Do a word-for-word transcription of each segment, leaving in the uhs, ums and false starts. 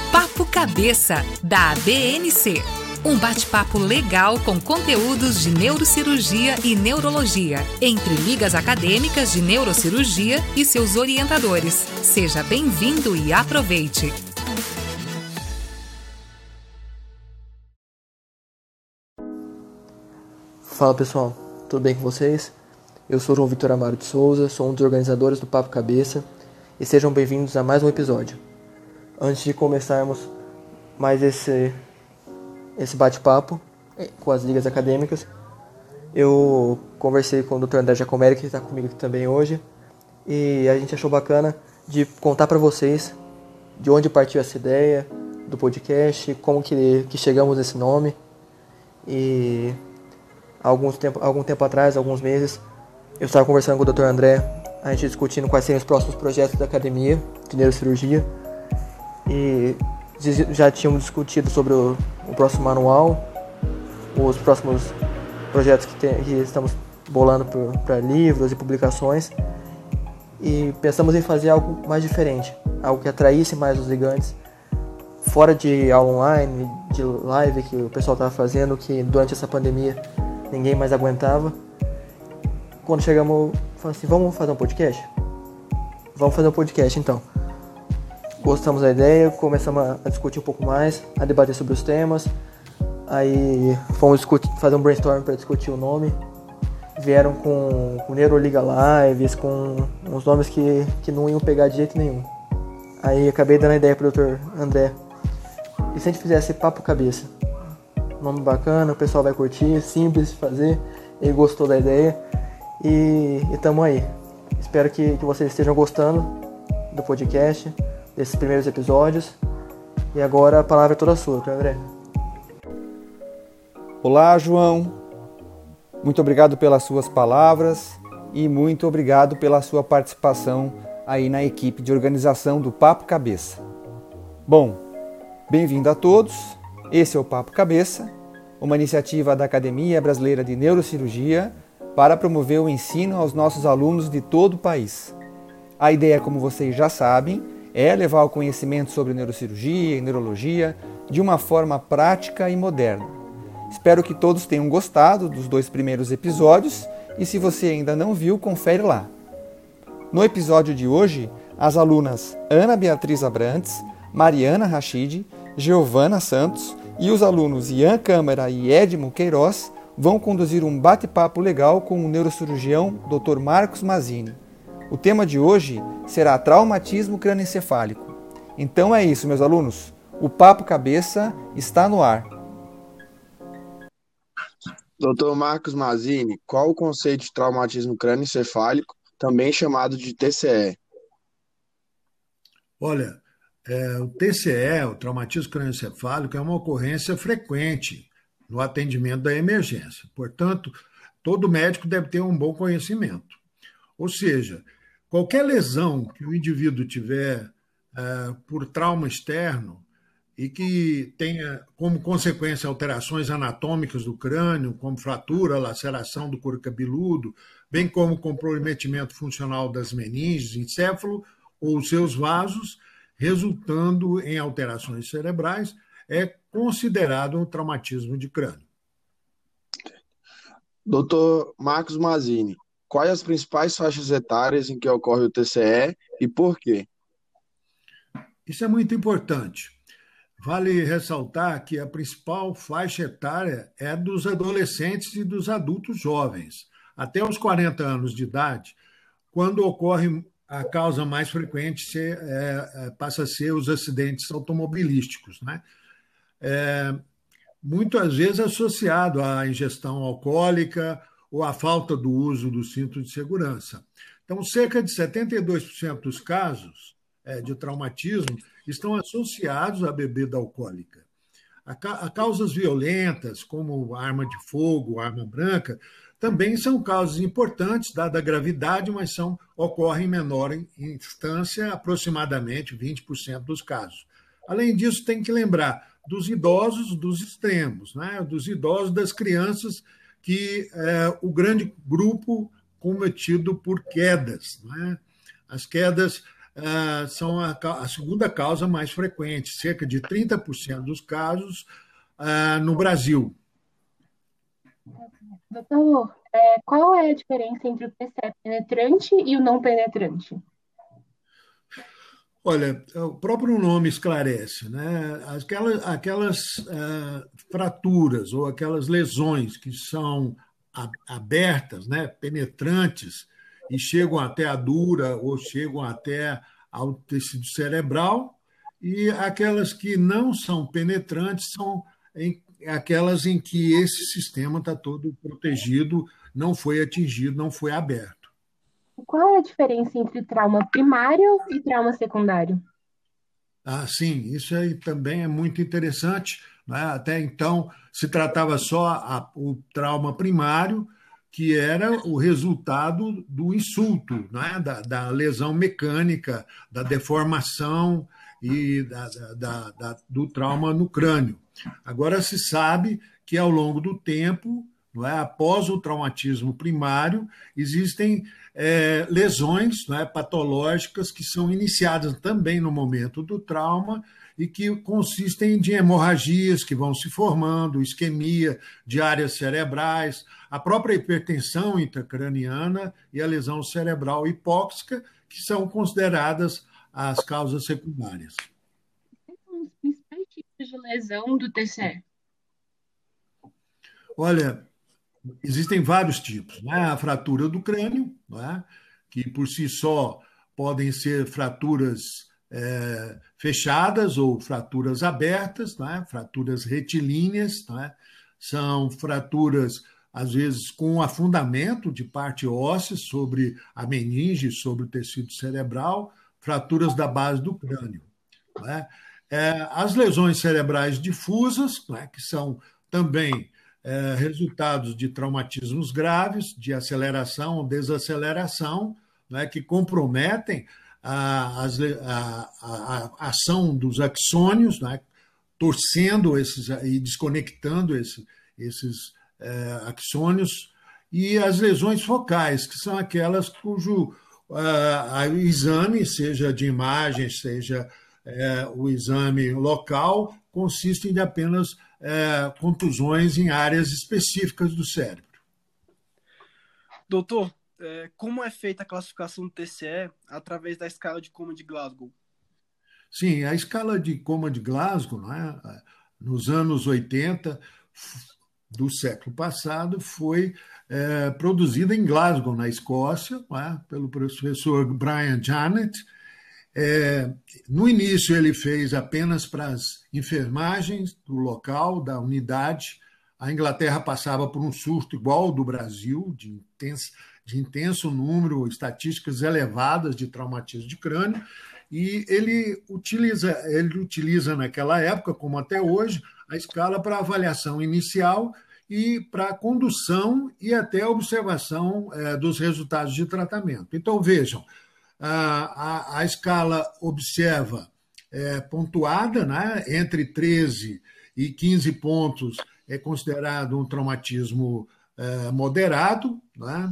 Papo Cabeça, da A B N C. Um bate-papo legal com conteúdos de neurocirurgia e neurologia, entre ligas acadêmicas de neurocirurgia e seus orientadores. Seja bem-vindo e aproveite! Fala pessoal, tudo bem com vocês? Eu sou o João Vitor Amaro de Souza, sou um dos organizadores do Papo Cabeça e sejam bem-vindos a mais um episódio. Antes de começarmos mais esse, esse bate-papo com as ligas acadêmicas, eu conversei com o doutor André Giacomelli, que está comigo aqui também hoje, e a gente achou bacana de contar para vocês de onde partiu essa ideia do podcast, como que, que chegamos nesse nome. E alguns tempo, algum tempo atrás, alguns meses, eu estava conversando com o doutor André, a gente discutindo quais seriam os próximos projetos da academia de neurocirurgia. E já tínhamos discutido sobre o, o próximo manual, os próximos projetos que, tem, que estamos bolando para livros e publicações. E pensamos em fazer algo mais diferente, algo que atraísse mais os ligantes, fora de aula online, de live que o pessoal estava fazendo, que durante essa pandemia ninguém mais aguentava. Quando chegamos, falamos assim, vamos fazer um podcast? Vamos fazer um podcast então. Gostamos da ideia, começamos a discutir um pouco mais, a debater sobre os temas. Aí fomos discutir, fazer um brainstorm para discutir o nome. Vieram com, com Neuroliga Lives, com uns nomes que, que não iam pegar de jeito nenhum. Aí acabei dando a ideia para o doutor André. E se a gente fizesse Papo Cabeça? Nome bacana, o pessoal vai curtir, simples de fazer. Ele gostou da ideia. E estamos aí. Espero que, que vocês estejam gostando do podcast, desses primeiros episódios. E agora a palavra é toda sua, doutor André. Olá, João. Muito obrigado pelas suas palavras e muito obrigado pela sua participação aí na equipe de organização do Papo Cabeça. Bom, bem-vindo a todos. Esse é o Papo Cabeça, uma iniciativa da Academia Brasileira de Neurocirurgia para promover o ensino aos nossos alunos de todo o país. A ideia, como vocês já sabem, é levar o conhecimento sobre neurocirurgia e neurologia de uma forma prática e moderna. Espero que todos tenham gostado dos dois primeiros episódios e se você ainda não viu, confere lá. No episódio de hoje, as alunas Ana Beatriz Abrantes, Mariana Rachid, Giovana Santos e os alunos Ian Câmara e Edmo Queiroz vão conduzir um bate-papo legal com o neurocirurgião doutor Marcos Mazzini. O tema de hoje será traumatismo crânioencefálico. Então é isso, meus alunos. O Papo Cabeça está no ar. doutor Marcos Mazzini, qual o conceito de traumatismo crânioencefálico, também chamado de T C E? Olha, é, o T C E, o traumatismo crânioencefálico, é uma ocorrência frequente no atendimento da emergência. Portanto, todo médico deve ter um bom conhecimento. Ou seja, qualquer lesão que o indivíduo tiver é, por trauma externo e que tenha como consequência alterações anatômicas do crânio, como fratura, laceração do couro cabeludo, bem como comprometimento funcional das meninges, encéfalo ou seus vasos, resultando em alterações cerebrais, é considerado um traumatismo de crânio. doutor Marcos Mazzini, quais as principais faixas etárias em que ocorre o T C E e por quê? Isso é muito importante. Vale ressaltar que a principal faixa etária é dos adolescentes e dos adultos jovens, até os quarenta anos de idade, quando ocorre a causa mais frequente ser, é, passa a ser os acidentes automobilísticos, né? É, muitas vezes associado à ingestão alcoólica ou à falta do uso do cinto de segurança. Então, cerca de setenta e dois por cento dos casos é, de traumatismo estão associados à bebida alcoólica. A, a causas violentas, como arma de fogo, arma branca, também são causas importantes, dada a gravidade, mas são, ocorrem em menor instância, aproximadamente vinte por cento dos casos. Além disso, tem que lembrar dos idosos dos extremos, né? Dos idosos, das crianças, que é o grande grupo cometido por quedas, né? As quedas ah, são a, a segunda causa mais frequente, cerca de trinta por cento dos casos ah, no Brasil. Doutor, é, qual é a diferença entre o T C E penetrante e o não penetrante? Olha, o próprio nome esclarece, né? Aquelas, aquelas uh, fraturas ou aquelas lesões que são a, abertas, né? Penetrantes, e chegam até a dura ou chegam até ao tecido cerebral, e aquelas que não são penetrantes são em, aquelas em que esse sistema está todo protegido, não foi atingido, não foi aberto. Qual é a diferença entre trauma primário e trauma secundário? Ah, sim, isso aí também é muito interessante, né? Até então se tratava só a, o trauma primário, que era o resultado do insulto, né? da, da lesão mecânica, da deformação e da, da, da, do trauma no crânio. Agora se sabe que ao longo do tempo, não é? Após o traumatismo primário, existem é, lesões, não é? patológicas que são iniciadas também no momento do trauma e que consistem de hemorragias que vão se formando, isquemia de áreas cerebrais, a própria hipertensão intracraniana e a lesão cerebral hipóxica, que são consideradas as causas secundárias. Quais são os principais tipos de lesão do T C E? Olha, existem vários tipos, né? A fratura do crânio, né? Que por si só podem ser fraturas é, fechadas ou fraturas abertas, né? Fraturas retilíneas, né? São fraturas, às vezes, com afundamento de parte óssea sobre a meninge, sobre o tecido cerebral, fraturas da base do crânio, né? É, as lesões cerebrais difusas, né? Que são também É, resultados de traumatismos graves, de aceleração ou desaceleração, né, que comprometem a, a, a, a ação dos axônios, né, torcendo esses e desconectando esse, esses é, axônios, e as lesões focais, que são aquelas cujo uh, o exame, seja de imagem, seja é, o exame local, consistem de apenas É, contusões em áreas específicas do cérebro. Doutor, é, como é feita a classificação do T C E através da escala de Coma de Glasgow? Sim, a escala de Coma de Glasgow, né, nos anos oitenta do século passado, foi é, produzida em Glasgow, na Escócia, né, pelo professor Brian Janet. É, no início ele fez apenas para as enfermagens do local, da unidade. A Inglaterra passava por um surto igual ao do Brasil, de intenso, de intenso número, estatísticas elevadas de traumatismo de crânio, e ele utiliza, ele utiliza naquela época, como até hoje, a escala para avaliação inicial e para condução e até observação é, dos resultados de tratamento. Então, vejam, A, a, a escala observa é, pontuada, né? Entre treze e quinze pontos é considerado um traumatismo é, moderado, né?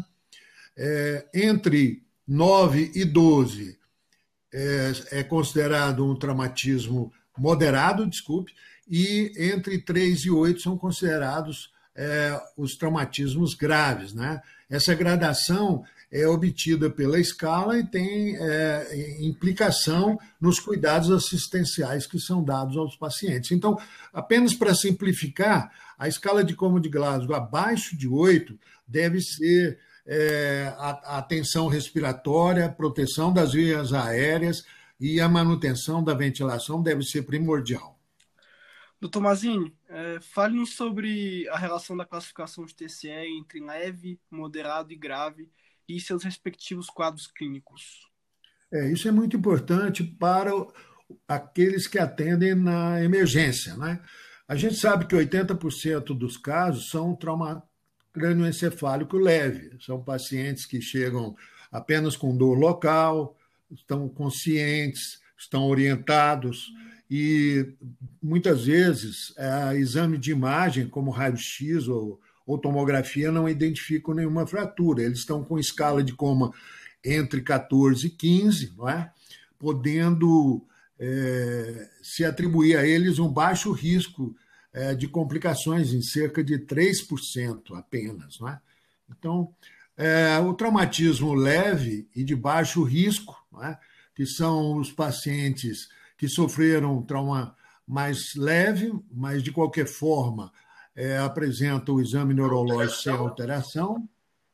É, entre nove e doze é, é considerado um traumatismo moderado, desculpe, e entre três e oito são considerados é, os traumatismos graves, né? Essa gradação é obtida pela escala e tem é, implicação nos cuidados assistenciais que são dados aos pacientes. Então, apenas para simplificar, a escala de Coma de Glasgow abaixo de oito deve ser é, a, a atenção respiratória, a proteção das vias aéreas e a manutenção da ventilação deve ser primordial. Doutor Mazini, é, fale-nos sobre a relação da classificação de T C E entre leve, moderado e grave e seus respectivos quadros clínicos. É, isso é muito importante para aqueles que atendem na emergência, né? A gente sabe que oitenta por cento dos casos são trauma crânioencefálico leve, são pacientes que chegam apenas com dor local, estão conscientes, estão orientados, e muitas vezes é, exame de imagem, como raio-x ou, ou tomografia, não identificam nenhuma fratura. Eles estão com escala de coma entre catorze e quinze, não é? podendo é, se atribuir a eles um baixo risco é, de complicações, em cerca de três por cento apenas. Não é? Então, é, o traumatismo leve e de baixo risco, não é? Que são os pacientes que sofreram trauma mais leve, mas de qualquer forma é, apresentam o exame neurológico sem alteração,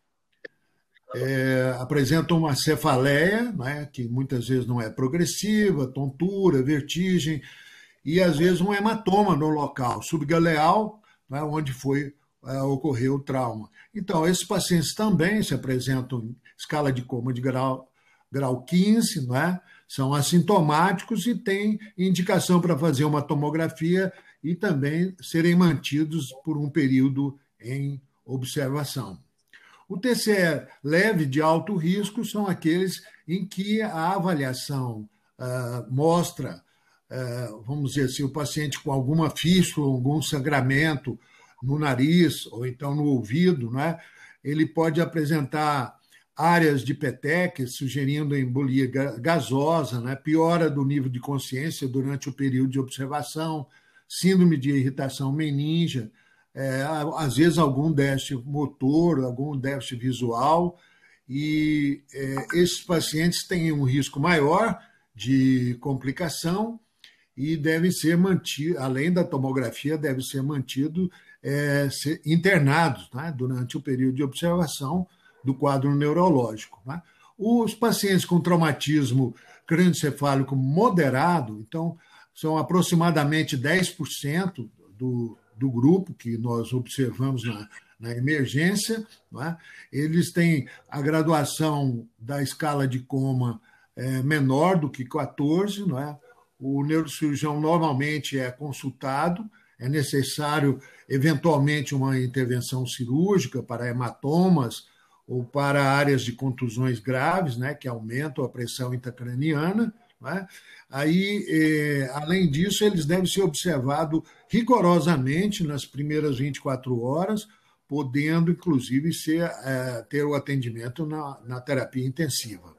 é, apresentam uma cefaleia, né, que muitas vezes não é progressiva, tontura, vertigem, e às vezes um hematoma no local subgaleal, né, onde foi é, ocorreu o trauma. Então, esses pacientes também se apresentam em escala de coma de grau, grau quinze, não é? São assintomáticos e têm indicação para fazer uma tomografia e também serem mantidos por um período em observação. O T C E leve de alto risco são aqueles em que a avaliação uh, mostra, uh, vamos dizer assim, o paciente com alguma fístula, algum sangramento no nariz ou então no ouvido, né? Ele pode apresentar áreas de petequias, sugerindo embolia gasosa, né? Piora do nível de consciência durante o período de observação, síndrome de irritação meningia, é, às vezes algum déficit motor, algum déficit visual, e é, esses pacientes têm um risco maior de complicação e devem ser mantidos, além da tomografia, devem ser mantidos, é, ser internados, né, durante o período de observação do quadro neurológico. Né? Os pacientes com traumatismo crânioencefálico moderado, então, são aproximadamente dez por cento do, do grupo que nós observamos na, na emergência. Né? Eles têm a graduação da escala de coma é, menor do que quatorze. Né? O neurocirurgião normalmente é consultado, é necessário, eventualmente, uma intervenção cirúrgica para hematomas ou para áreas de contusões graves, né, que aumentam a pressão intracraniana. Né? Aí, eh, além disso, eles devem ser observados rigorosamente nas primeiras vinte e quatro horas, podendo, inclusive, ser, eh, ter o atendimento na, na terapia intensiva.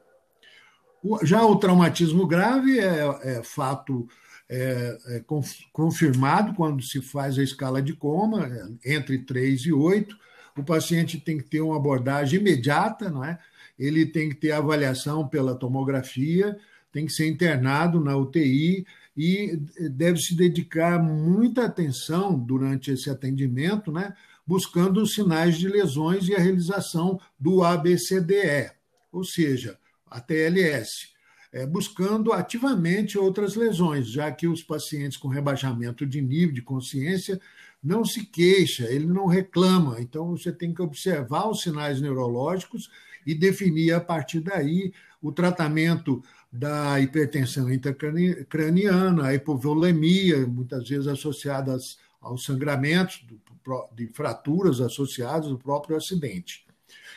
O, já o traumatismo grave é, é fato é, é confirmado quando se faz a escala de coma, é, entre três e oito. O paciente tem que ter uma abordagem imediata, não é? Ele tem que ter avaliação pela tomografia, tem que ser internado na U T I e deve se dedicar muita atenção durante esse atendimento, né? Buscando os sinais de lesões e a realização do A B C D E, ou seja, a T L S, é, buscando ativamente outras lesões, já que os pacientes com rebaixamento de nível de consciência não se queixa, ele não reclama. Então, você tem que observar os sinais neurológicos e definir, a partir daí, o tratamento da hipertensão intracraniana, a hipovolemia, muitas vezes associada aos sangramentos de fraturas associadas ao próprio acidente.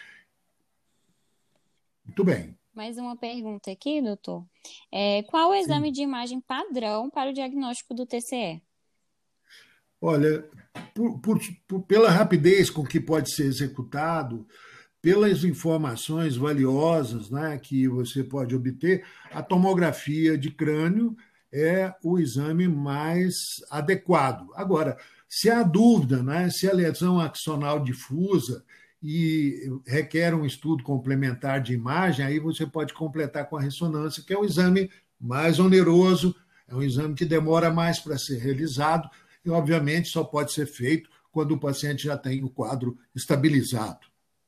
Muito bem. Mais uma pergunta aqui, doutor. É, qual o exame Sim. de imagem padrão para o diagnóstico do T C E? Olha, por, por, por, pela rapidez com que pode ser executado, pelas informações valiosas, né, que você pode obter, a tomografia de crânio é o exame mais adequado. Agora, se há dúvida, né, se a lesão axonal difusa e requer um estudo complementar de imagem, aí você pode completar com a ressonância, que é um exame mais oneroso, é um exame que demora mais para ser realizado, e, obviamente, só pode ser feito quando o paciente já tem o quadro estabilizado.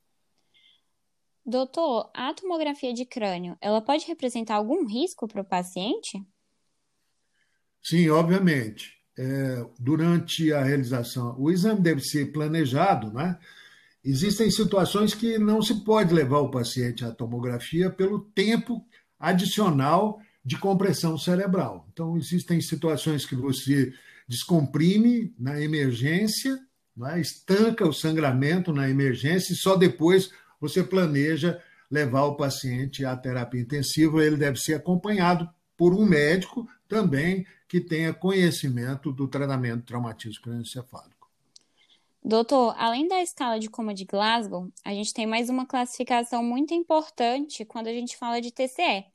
Doutor, a tomografia de crânio, ela pode representar algum risco para o paciente? Sim, obviamente. É, durante a realização, o exame deve ser planejado, né? Existem situações que não se pode levar o paciente à tomografia pelo tempo adicional de compressão cerebral. Então, existem situações que você descomprime na emergência, né, estanca o sangramento na emergência e só depois você planeja levar o paciente à terapia intensiva. Ele deve ser acompanhado por um médico também que tenha conhecimento do tratamento do traumatismo crânioencefálico. Doutor, além da escala de coma de Glasgow, a gente tem mais uma classificação muito importante quando a gente fala de T C E,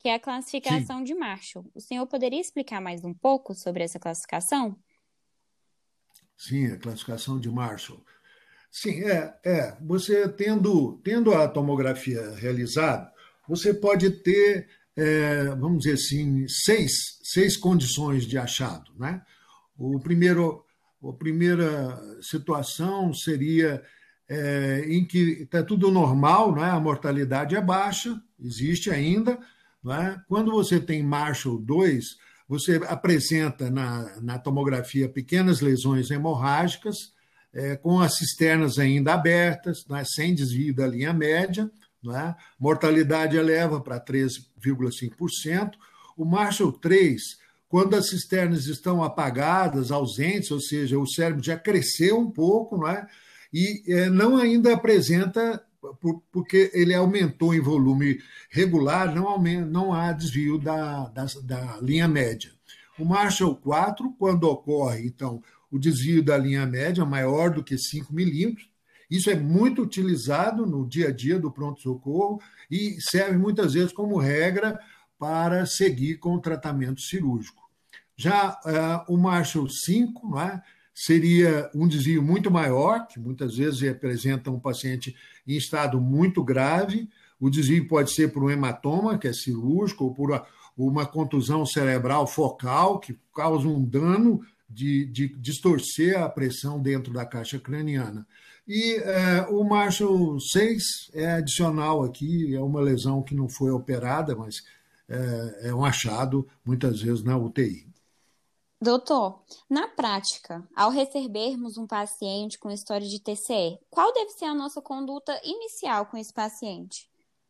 que é a classificação Sim. de Marshall. O senhor poderia explicar mais um pouco sobre essa classificação? Sim, a classificação de Marshall. Sim, é, é. Você tendo, tendo a tomografia realizada, você pode ter, é, vamos dizer assim, seis, seis condições de achado, né? O primeiro, a primeira situação seria é, em que está tudo normal, né? A mortalidade é baixa, existe ainda, né? Quando você tem Marshall dois, você apresenta na, na tomografia pequenas lesões hemorrágicas, é, com as cisternas ainda abertas, né? Sem desvio da linha média, né? Mortalidade eleva para treze vírgula cinco por cento. O Marshall três, quando as cisternas estão apagadas, ausentes, ou seja, o cérebro já cresceu um pouco, não é? E é, não ainda apresenta, por, porque ele aumentou em volume regular, não, aumenta, não há desvio da, da, da linha média. O Marshall quatro, quando ocorre, então, o desvio da linha média maior do que cinco milímetros, isso é muito utilizado no dia a dia do pronto-socorro e serve muitas vezes como regra para seguir com o tratamento cirúrgico. Já uh, o Marshall cinco, não é, seria um desvio muito maior, que muitas vezes representa um paciente em estado muito grave. O desvio pode ser por um hematoma, que é cirúrgico, ou por uma, uma contusão cerebral focal, que causa um dano de, de distorcer a pressão dentro da caixa craniana. E é, o Marshall seis é adicional aqui, é uma lesão que não foi operada, mas é, é um achado, muitas vezes, na U T I. Doutor, na prática, ao recebermos um paciente com história de T C E, qual deve ser a nossa conduta inicial com esse paciente?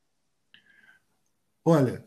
Olha,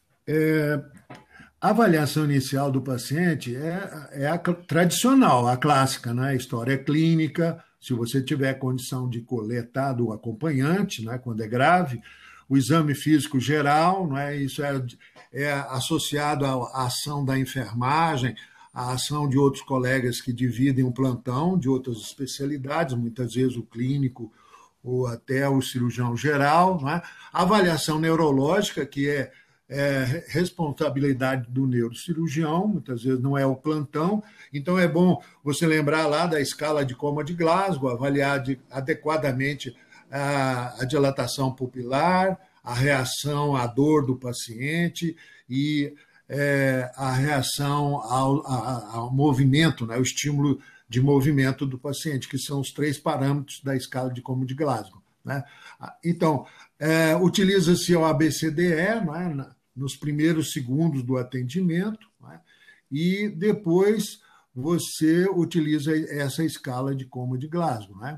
é, a avaliação inicial do paciente é, é a tradicional, a clássica, né? História clínica, se você tiver condição de coletar do acompanhante, né, quando é grave, o exame físico geral, né, isso é, é associado à ação da enfermagem, à ação de outros colegas que dividem o plantão, de outras especialidades, muitas vezes o clínico ou até o cirurgião geral, né? A avaliação neurológica, que é É, responsabilidade do neurocirurgião, muitas vezes não é o plantão, então é bom você lembrar lá da escala de coma de Glasgow, avaliar de, adequadamente a, a dilatação pupilar, a reação à dor do paciente e é, a reação ao, a, ao movimento, né, o estímulo de movimento do paciente, que são os três parâmetros da escala de coma de Glasgow, né? Então, é, utiliza-se o A B C D E, né, nos primeiros segundos do atendimento, né, e depois você utiliza essa escala de coma de Glasgow, né?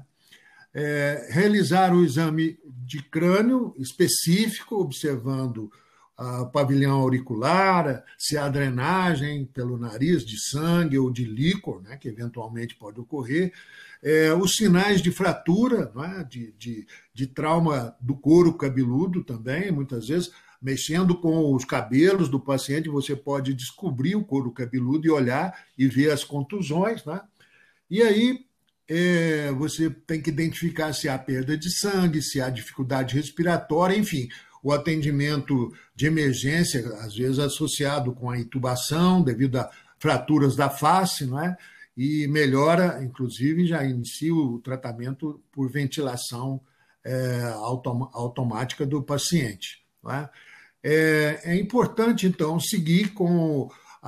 É, realizar o exame de crânio específico, observando o pavilhão auricular, se há drenagem pelo nariz de sangue ou de líquor, né, que eventualmente pode ocorrer, é, os sinais de fratura, né, de, de, de trauma do couro cabeludo também, muitas vezes, mexendo com os cabelos do paciente, você pode descobrir o couro cabeludo e olhar e ver as contusões, né? E aí é, você tem que identificar se há perda de sangue, se há dificuldade respiratória, enfim, o atendimento de emergência, às vezes associado com a intubação, devido a fraturas da face, não é? E melhora, inclusive, já inicia o tratamento por ventilação é, autom- automática do paciente, não é? É, é importante, então, seguir com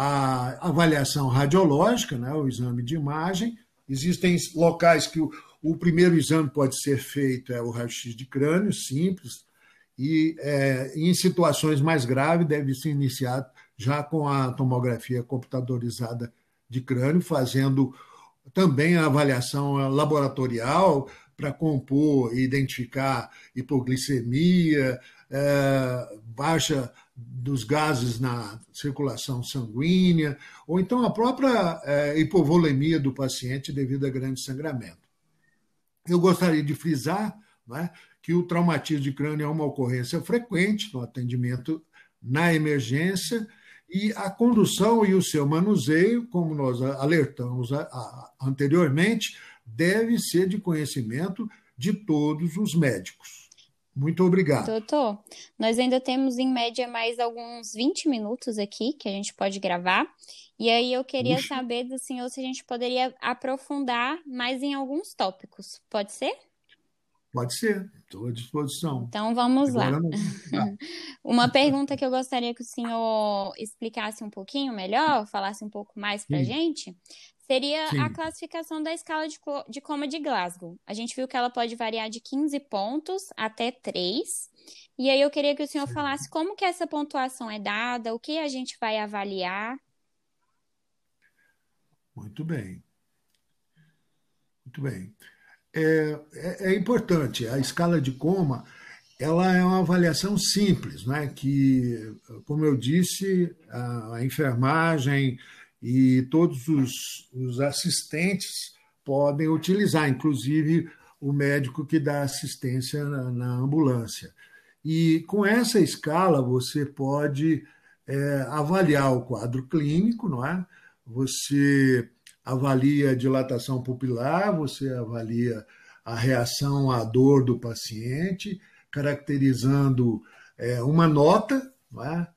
a avaliação radiológica, né, o exame de imagem. Existem locais que o, o primeiro exame pode ser feito, é o raio-x de crânio, simples, e é, em situações mais graves deve se iniciar já com a tomografia computadorizada de crânio, fazendo também a avaliação laboratorial para compor e identificar hipoglicemia, é, baixa dos gases na circulação sanguínea, ou então a própria é, hipovolemia do paciente devido a grande sangramento. Eu gostaria de frisar, né, que o traumatismo de crânio é uma ocorrência frequente no atendimento na emergência e a condução e o seu manuseio, como nós alertamos a, a, anteriormente, deve ser de conhecimento de todos os médicos. Muito obrigado. Doutor, nós ainda temos em média mais alguns vinte minutos aqui que a gente pode gravar. E aí eu queria Puxa. saber do senhor se a gente poderia aprofundar mais em alguns tópicos. Pode ser? Pode ser, estou à disposição. Então vamos Agora lá. não. Uma pergunta que eu gostaria que o senhor explicasse um pouquinho melhor, falasse um pouco mais para a Sim. gente, seria Sim. a classificação da escala de, clo- de coma de Glasgow. A gente viu que ela pode variar de quinze pontos até três. E aí eu queria que o senhor falasse como que essa pontuação é dada, o que a gente vai avaliar. Muito bem. Muito bem. É, é, é importante, a escala de coma, ela é uma avaliação simples, né? Que, como eu disse, a, a enfermagem e todos os, os assistentes podem utilizar, inclusive o médico que dá assistência na, na ambulância. E com essa escala você pode é, avaliar o quadro clínico, não é? Você avalia a dilatação pupilar, você avalia a reação à dor do paciente, caracterizando é, uma nota, não é?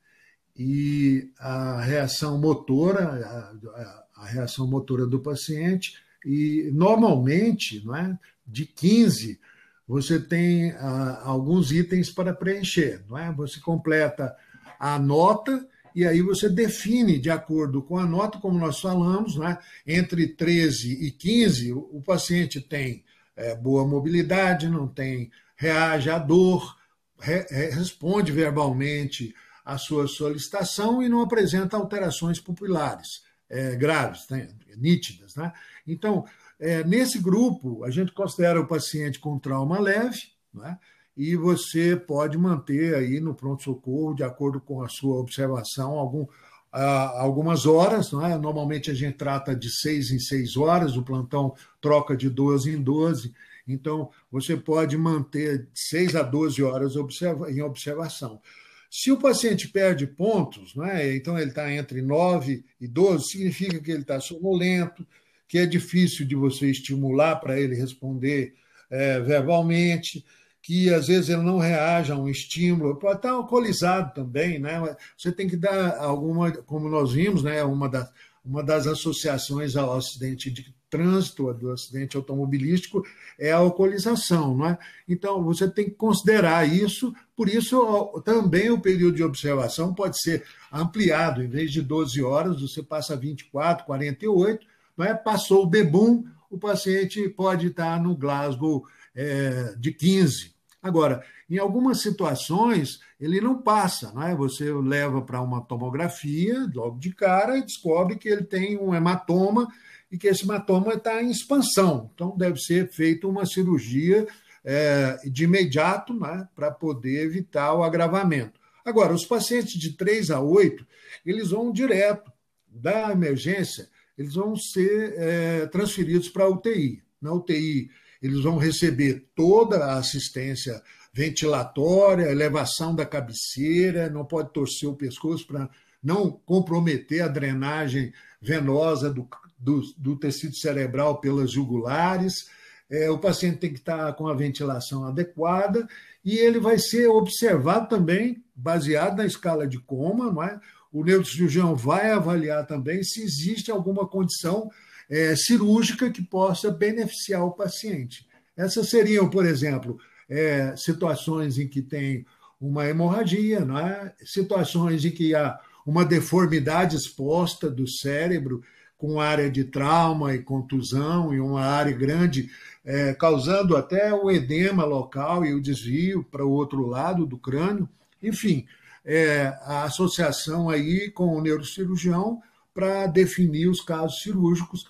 E a reação motora, a, a reação motora do paciente, e normalmente, não é? De quinze, você tem ah, alguns itens para preencher, não é? Você completa a nota e aí você define, de acordo com a nota, como nós falamos, né, entre treze e quinze, o, o paciente tem é, boa mobilidade, não tem, reage à dor, re, responde verbalmente à sua solicitação e não apresenta alterações pupilares é, graves, né, nítidas. Né? Então, é, nesse grupo, a gente considera o paciente com trauma leve, né? E você pode manter aí no pronto-socorro, de acordo com a sua observação, algum, ah, algumas horas. Não é? Normalmente a gente trata de seis em seis horas, o plantão troca de doze em doze, então você pode manter seis a doze horas observa, em observação. Se o paciente perde pontos, não é? Então ele está entre nove e doze, significa que ele está sonolento, que é difícil de você estimular para ele responder é, verbalmente, que às vezes ele não reage a um estímulo, pode estar alcoolizado também, né? Você tem que dar alguma, como nós vimos, né? Uma das, uma das associações ao acidente de trânsito, do acidente automobilístico, é a alcoolização, não é? Então, você tem que considerar isso, por isso também o período de observação pode ser ampliado, em vez de doze horas, você passa vinte e quatro, quarenta e oito, não é? Passou o bebum, o paciente pode estar no Glasgow é, de quinze. Agora, em algumas situações, ele não passa, não é? Você leva para uma tomografia, logo de cara, e descobre que ele tem um hematoma e que esse hematoma está em expansão. Então, deve ser feita uma cirurgia é, de imediato, né, para poder evitar o agravamento. Agora, os pacientes de três a oito, eles vão direto da emergência, eles vão ser é, transferidos para a U T I. Na U T I, eles vão receber toda a assistência ventilatória, elevação da cabeceira, não pode torcer o pescoço para não comprometer a drenagem venosa do, do, do tecido cerebral pelas jugulares. É, o paciente tem que estar com a ventilação adequada e ele vai ser observado também, baseado na escala de coma, não é? O neurocirurgião vai avaliar também se existe alguma condição é, cirúrgica que possa beneficiar o paciente. Essas seriam, por exemplo, é, situações em que tem uma hemorragia, não é? Situações em que há uma deformidade exposta do cérebro, com área de trauma e contusão, e uma área grande, é, causando até o edema local e o desvio para o outro lado do crânio. Enfim, é, a associação aí com o neurocirurgião para definir os casos cirúrgicos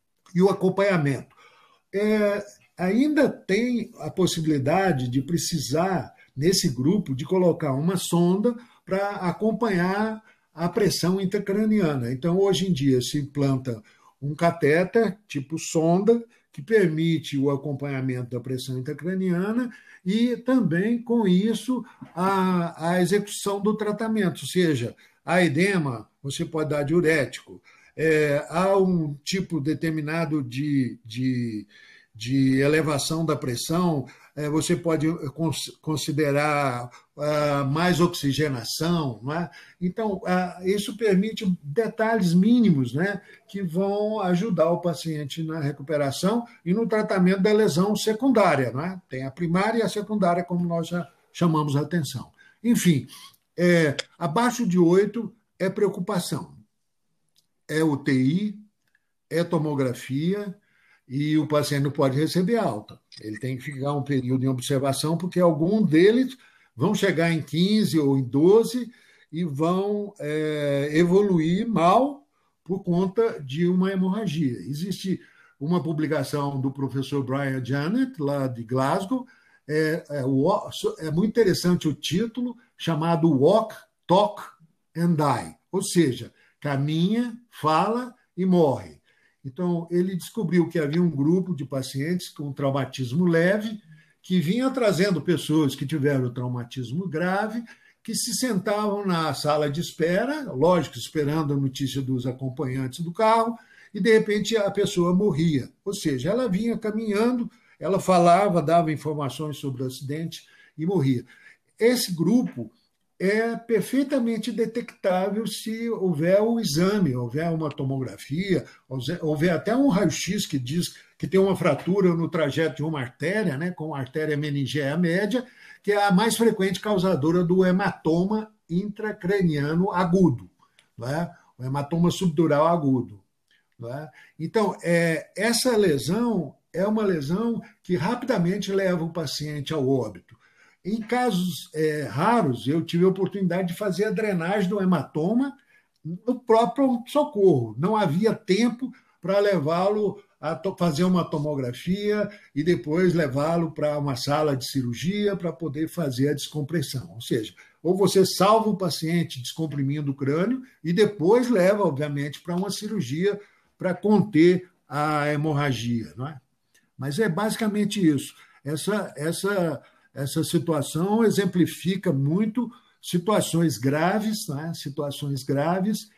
e o acompanhamento. É, ainda tem a possibilidade de precisar, nesse grupo, de colocar uma sonda para acompanhar a pressão intracraniana. Então, hoje em dia, se implanta um catéter, tipo sonda, que permite o acompanhamento da pressão intracraniana e também, com isso, a, a execução do tratamento, ou seja, há edema, você pode dar diurético, é, há um tipo determinado de, de, de elevação da pressão, você pode considerar mais oxigenação, não é? Então, isso permite detalhes mínimos, né, que vão ajudar o paciente na recuperação e no tratamento da lesão secundária, não é? Tem a primária e a secundária, como nós já chamamos a atenção. Enfim, é, abaixo de oito é preocupação. É U T I, é tomografia, e o paciente não pode receber alta. Ele tem que ficar um período em observação, porque algum deles vão chegar em quinze ou em doze e vão é, evoluir mal por conta de uma hemorragia. Existe uma publicação do professor Brian Janet, lá de Glasgow, é, é, é muito interessante o título, chamado Walk, Talk and Die, ou seja, caminha, fala e morre. Então, ele descobriu que havia um grupo de pacientes com traumatismo leve que vinha trazendo pessoas que tiveram traumatismo grave, que se sentavam na sala de espera, lógico, esperando a notícia dos acompanhantes do carro, e, de repente, a pessoa morria. Ou seja, ela vinha caminhando, ela falava, dava informações sobre o acidente e morria. Esse grupo é perfeitamente detectável se houver o exame, houver uma tomografia, houver até um raio-x que diz que tem uma fratura no trajeto de uma artéria, né, com a artéria meningea média, que é a mais frequente causadora do hematoma intracraniano agudo, né, o hematoma subdural agudo. Né? Então, é, essa lesão é uma lesão que rapidamente leva o paciente ao óbito. Em casos é, raros, eu tive a oportunidade de fazer a drenagem do hematoma no próprio socorro. Não havia tempo para levá-lo a fazer uma tomografia e depois levá-lo para uma sala de cirurgia para poder fazer a descompressão. Ou seja, ou você salva o paciente descomprimindo o crânio e depois leva, obviamente, para uma cirurgia para conter a hemorragia. Não é? Mas é basicamente isso. Essa... essa Essa situação exemplifica muito situações graves, né? situações graves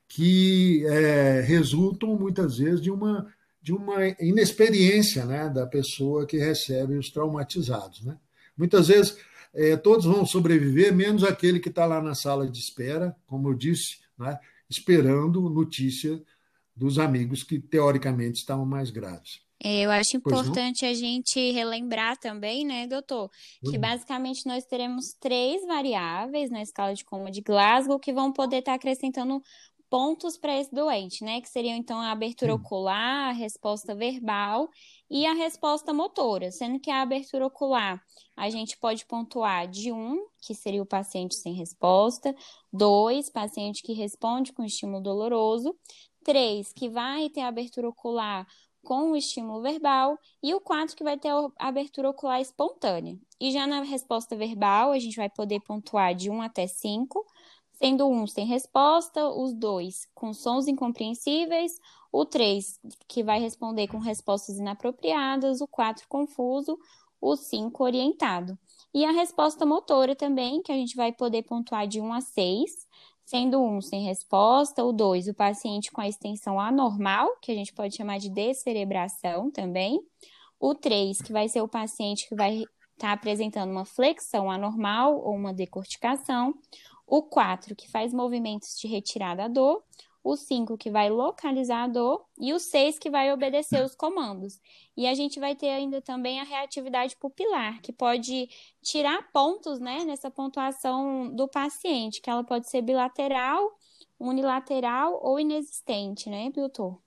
que é, resultam, muitas vezes, de uma, de uma inexperiência, né? da pessoa que recebe os traumatizados. Né? Muitas vezes, é, todos vão sobreviver, menos aquele que está lá na sala de espera, como eu disse, né? esperando notícia dos amigos que, teoricamente, estavam mais graves. Eu acho importante a gente relembrar também, né, doutor, que basicamente nós teremos três variáveis na escala de coma de Glasgow que vão poder estar acrescentando pontos para esse doente, né, que seriam então a abertura Sim. ocular, a resposta verbal e a resposta motora, sendo que a abertura ocular a gente pode pontuar de um, que seria o paciente sem resposta, dois, paciente que responde com estímulo doloroso, três, que vai ter a abertura ocular com o estímulo verbal, e o quatro que vai ter a abertura ocular espontânea. E já na resposta verbal, a gente vai poder pontuar de um até cinco, sendo um sem resposta, os dois com sons incompreensíveis, o três que vai responder com respostas inapropriadas, o quatro confuso, o cinco orientado. E a resposta motora também, que a gente vai poder pontuar de um a seis, sendo um sem resposta, o dois, o paciente com a extensão anormal, que a gente pode chamar de descerebração também, o três, que vai ser o paciente que vai estar tá apresentando uma flexão anormal ou uma decorticação, o quatro, que faz movimentos de retirada da dor, o cinco, que vai localizar a dor, e o seis, que vai obedecer os comandos. E a gente vai ter ainda também a reatividade pupilar, que pode tirar pontos, né, nessa pontuação do paciente, que ela pode ser bilateral, unilateral ou inexistente, né, doutor?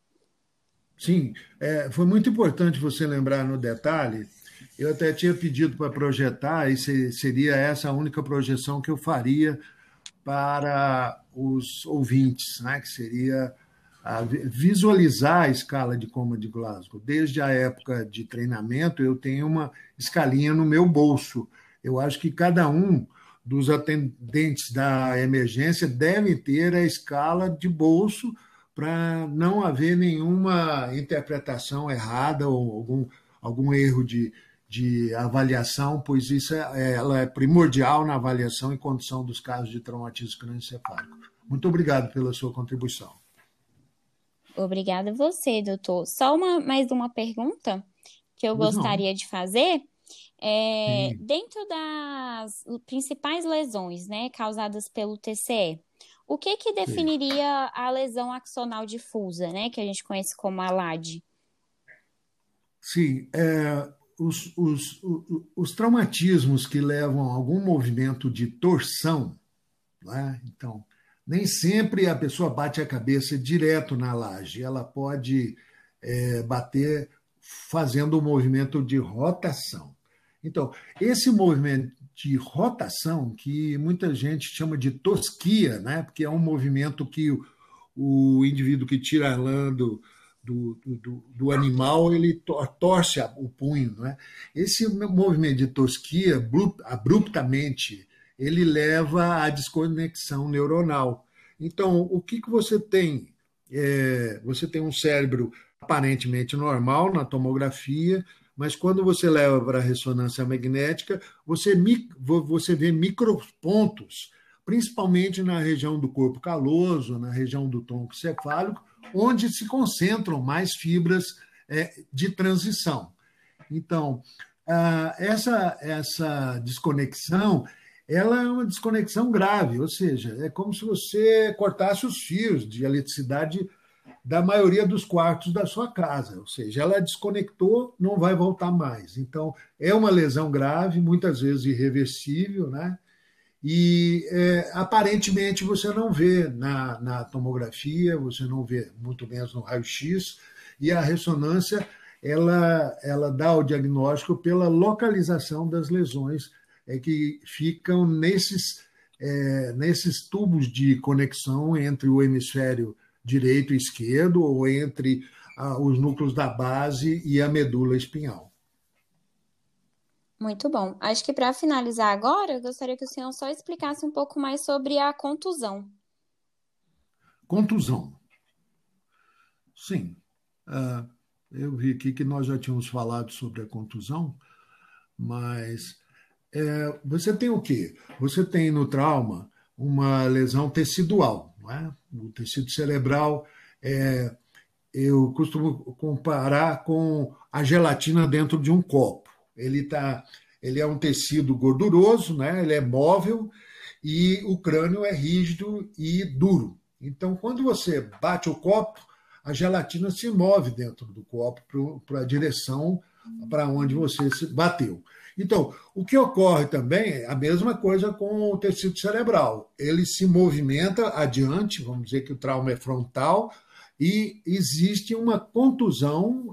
Sim, é, foi muito importante você lembrar no detalhe. Eu até tinha pedido para projetar, e seria essa a única projeção que eu faria para os ouvintes, né, que seria a visualizar a escala de coma de Glasgow. Desde a época de treinamento, eu tenho uma escalinha no meu bolso. Eu acho que cada um dos atendentes da emergência deve ter a escala de bolso para não haver nenhuma interpretação errada ou algum, algum erro de, de avaliação, pois isso é, ela é primordial na avaliação e condução dos casos de traumatismo crânioencefálico. Muito obrigado pela sua contribuição. Obrigada a você, doutor. Só uma, mais uma pergunta que eu Pois gostaria não. de fazer É, Sim, dentro das principais lesões, né, causadas pelo T C E, o que que sim. definiria a lesão axonal difusa, né, que a gente conhece como a L A D? Sim, é, os, os, o- os traumatismos que levam a algum movimento de torção, né? Então, nem sempre a pessoa bate a cabeça direto na laje, ela pode é, bater fazendo o movimento de rotação. Então, esse movimento de rotação, que muita gente chama de tosquia, né? Porque é um movimento que o, o indivíduo que tira a lã do, do, do, do animal, ele torce o punho. Né? Esse movimento de tosquia, abruptamente, ele leva à desconexão neuronal. Então, o que, que você tem? É, você tem um cérebro aparentemente normal na tomografia, mas quando você leva para a ressonância magnética, você, você vê micropontos, principalmente na região do corpo caloso, na região do tronco cefálico, onde se concentram mais fibras é, de transição. Então, ah, essa, essa desconexão, ela é uma desconexão grave, ou seja, é como se você cortasse os fios de eletricidade da maioria dos quartos da sua casa, ou seja, ela desconectou, não vai voltar mais. Então, é uma lesão grave, muitas vezes irreversível, né? E é, aparentemente você não vê na, na tomografia, você não vê muito menos no raio-x, e a ressonância ela, ela dá o diagnóstico pela localização das lesões é, que ficam nesses, é, nesses tubos de conexão entre o hemisfério direito e esquerdo, ou entre ah, os núcleos da base e a medula espinhal. Muito bom. Acho que para finalizar agora, eu gostaria que o senhor só explicasse um pouco mais sobre a contusão. Contusão. Sim. Uh, eu vi aqui que nós já tínhamos falado sobre a contusão, mas é, você tem o quê? Você tem no trauma uma lesão tecidual, não é? O tecido cerebral, é, eu costumo comparar com a gelatina dentro de um copo. Ele, tá, ele é um tecido gorduroso, né? Ele é móvel e o crânio é rígido e duro. Então, quando você bate o copo, a gelatina se move dentro do copo para a direção para onde você se bateu. Então, o que ocorre também é a mesma coisa com o tecido cerebral. Ele se movimenta adiante, vamos dizer que o trauma é frontal, e existe uma contusão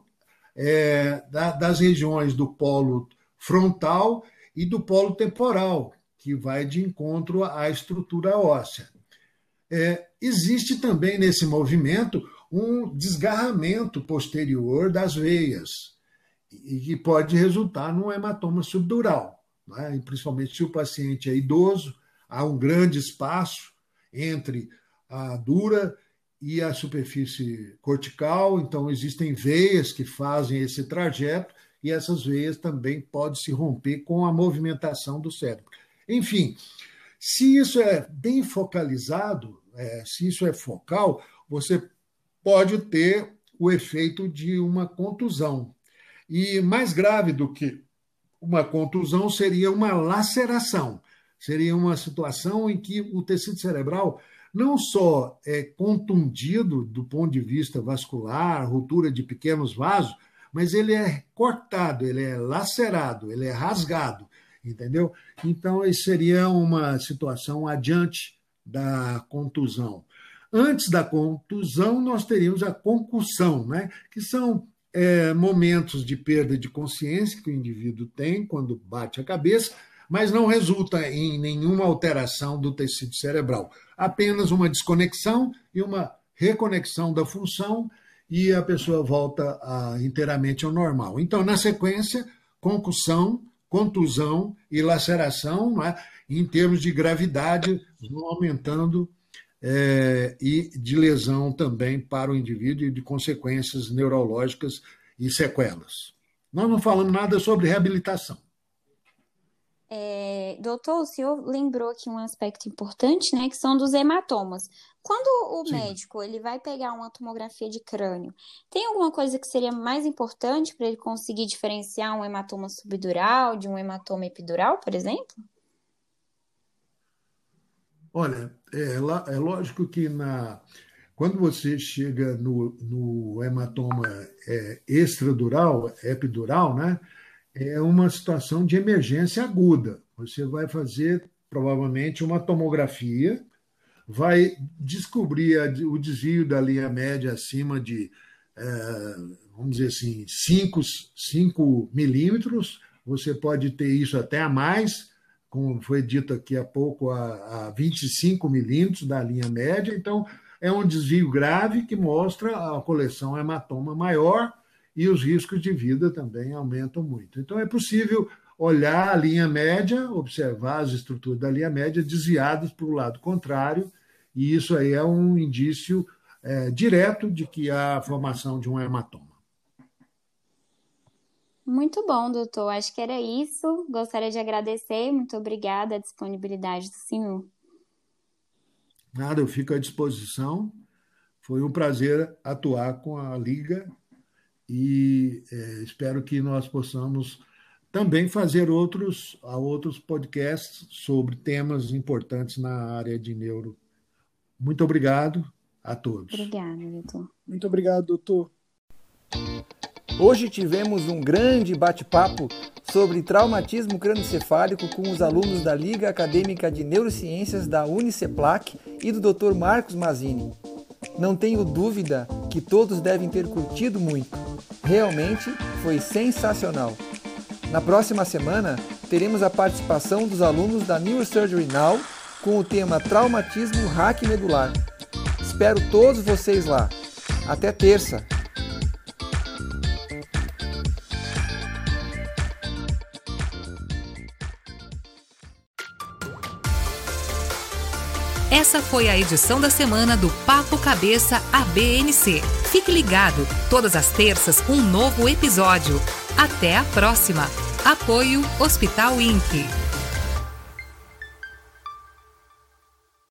é, da, das regiões do polo frontal e do polo temporal, que vai de encontro à estrutura óssea. É, existe também nesse movimento um desgarramento posterior das veias, e que pode resultar num hematoma subdural, né? E principalmente se o paciente é idoso, há um grande espaço entre a dura e a superfície cortical, então existem veias que fazem esse trajeto, e essas veias também podem se romper com a movimentação do cérebro. Enfim, se isso é bem focalizado, é, se isso é focal, você pode ter o efeito de uma contusão. E mais grave do que uma contusão seria uma laceração. Seria uma situação em que o tecido cerebral não só é contundido do ponto de vista vascular, ruptura de pequenos vasos, mas ele é cortado, ele é lacerado, ele é rasgado, entendeu? Então, isso seria uma situação adiante da contusão. Antes da contusão, nós teríamos a concussão, né? Que são é, momentos de perda de consciência que o indivíduo tem quando bate a cabeça, mas não resulta em nenhuma alteração do tecido cerebral. Apenas uma desconexão e uma reconexão da função, e a pessoa volta a, inteiramente ao normal. Então, na sequência, concussão, contusão e laceração, né? Em termos de gravidade, vão aumentando É, e de lesão também para o indivíduo e de consequências neurológicas e sequelas. Nós não falamos nada sobre reabilitação. É, doutor, o senhor lembrou aqui um aspecto importante, né, que são dos hematomas. Quando o Sim. médico ele vai pegar uma tomografia de crânio, tem alguma coisa que seria mais importante para ele conseguir diferenciar um hematoma subdural de um hematoma epidural, por exemplo? Olha, é, lá- é lógico que na, quando você chega no, no hematoma é, extradural, epidural, né, é uma situação de emergência aguda. Você vai fazer provavelmente uma tomografia, vai descobrir a- o desvio da linha média acima de, eh, vamos dizer assim, cinco cinco milímetros. Você pode ter isso até a mais, como foi dito aqui há pouco, a, a vinte e cinco milímetros da linha média. Então, é um desvio grave que mostra a coleção hematoma maior e os riscos de vida também aumentam muito. Então, é possível olhar a linha média, observar as estruturas da linha média desviadas para o lado contrário, e isso aí é um indício é, direto de que há a formação de um hematoma. Muito bom, doutor. Acho que era isso. Gostaria de agradecer. Muito obrigada a disponibilidade do senhor. Nada, eu fico à disposição. Foi um prazer atuar com a Liga e é, espero que nós possamos também fazer outros, outros podcasts sobre temas importantes na área de neuro. Muito obrigado a todos. Obrigada, doutor. Muito obrigado, doutor. Hoje tivemos um grande bate-papo sobre traumatismo crânioencefálico com os alunos da Liga Acadêmica de Neurociências da Uniceplac e do doutor Marcos Mazzini. Não tenho dúvida que todos devem ter curtido muito. Realmente foi sensacional. Na próxima semana, teremos a participação dos alunos da Neurosurgery Now com o tema Traumatismo Raquimedular. Espero todos vocês lá. Até terça! Essa foi a edição da semana do Papo Cabeça A B N C. Fique ligado, todas as terças um novo episódio. Até a próxima. Apoio Hospital Inc.